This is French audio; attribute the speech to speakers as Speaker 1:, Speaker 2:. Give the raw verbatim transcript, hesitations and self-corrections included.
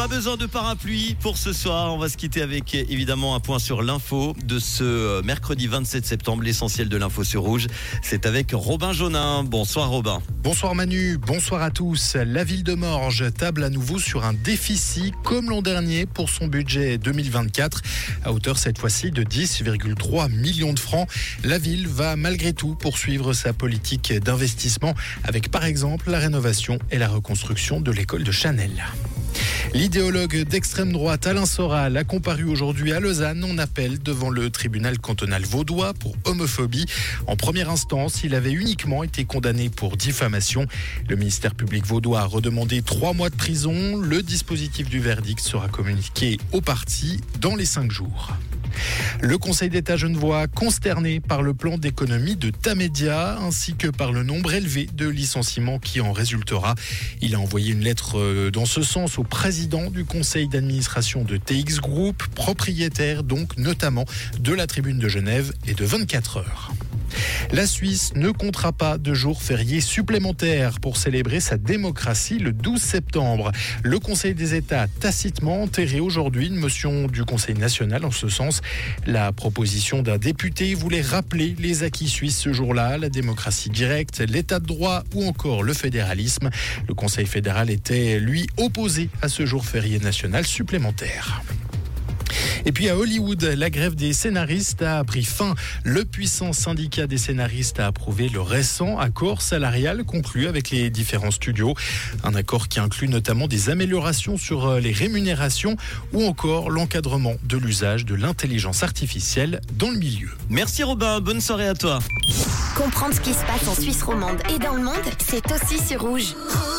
Speaker 1: Pas besoin de parapluie pour ce soir. On va se quitter avec évidemment un point sur l'info de ce mercredi vingt-sept septembre. L'essentiel de l'info sur Rouge, c'est avec Robin Jaunin. Bonsoir Robin.
Speaker 2: Bonsoir Manu, bonsoir à tous. La ville de Morges table à nouveau sur un déficit comme l'an dernier pour son budget deux mille vingt-quatre, à hauteur cette fois-ci de dix virgule trois millions de francs. La ville va malgré tout poursuivre sa politique d'investissement avec par exemple la rénovation et la reconstruction de l'école de Chanel. L'idéologue d'extrême droite Alain Soral a comparu aujourd'hui à Lausanne en appel devant le tribunal cantonal vaudois pour homophobie. En première instance, il avait uniquement été condamné pour diffamation. Le ministère public vaudois a redemandé trois mois de prison. Le dispositif du verdict sera communiqué aux parties dans les cinq jours. Le Conseil d'État genevois consterné par le plan d'économie de Tamedia ainsi que par le nombre élevé de licenciements qui en résultera. Il a envoyé une lettre dans ce sens au président du conseil d'administration de T X Group, propriétaire donc notamment de la Tribune de Genève et de vingt-quatre heures. La Suisse ne comptera pas de jours fériés supplémentaires pour célébrer sa démocratie le douze septembre. Le Conseil des États a tacitement enterré aujourd'hui une motion du Conseil national en ce sens. La proposition d'un député voulait rappeler les acquis suisses ce jour-là, la démocratie directe, l'état de droit ou encore le fédéralisme. Le Conseil fédéral était, lui, opposé à ce jour férié national supplémentaire. Et puis à Hollywood, la grève des scénaristes a pris fin. Le puissant syndicat des scénaristes a approuvé le récent accord salarial conclu avec les différents studios. Un accord qui inclut notamment des améliorations sur les rémunérations ou encore l'encadrement de l'usage de l'intelligence artificielle dans le milieu.
Speaker 1: Merci Robin, bonne soirée à toi.
Speaker 3: Comprendre ce qui se passe en Suisse romande et dans le monde, c'est aussi sur Rouge.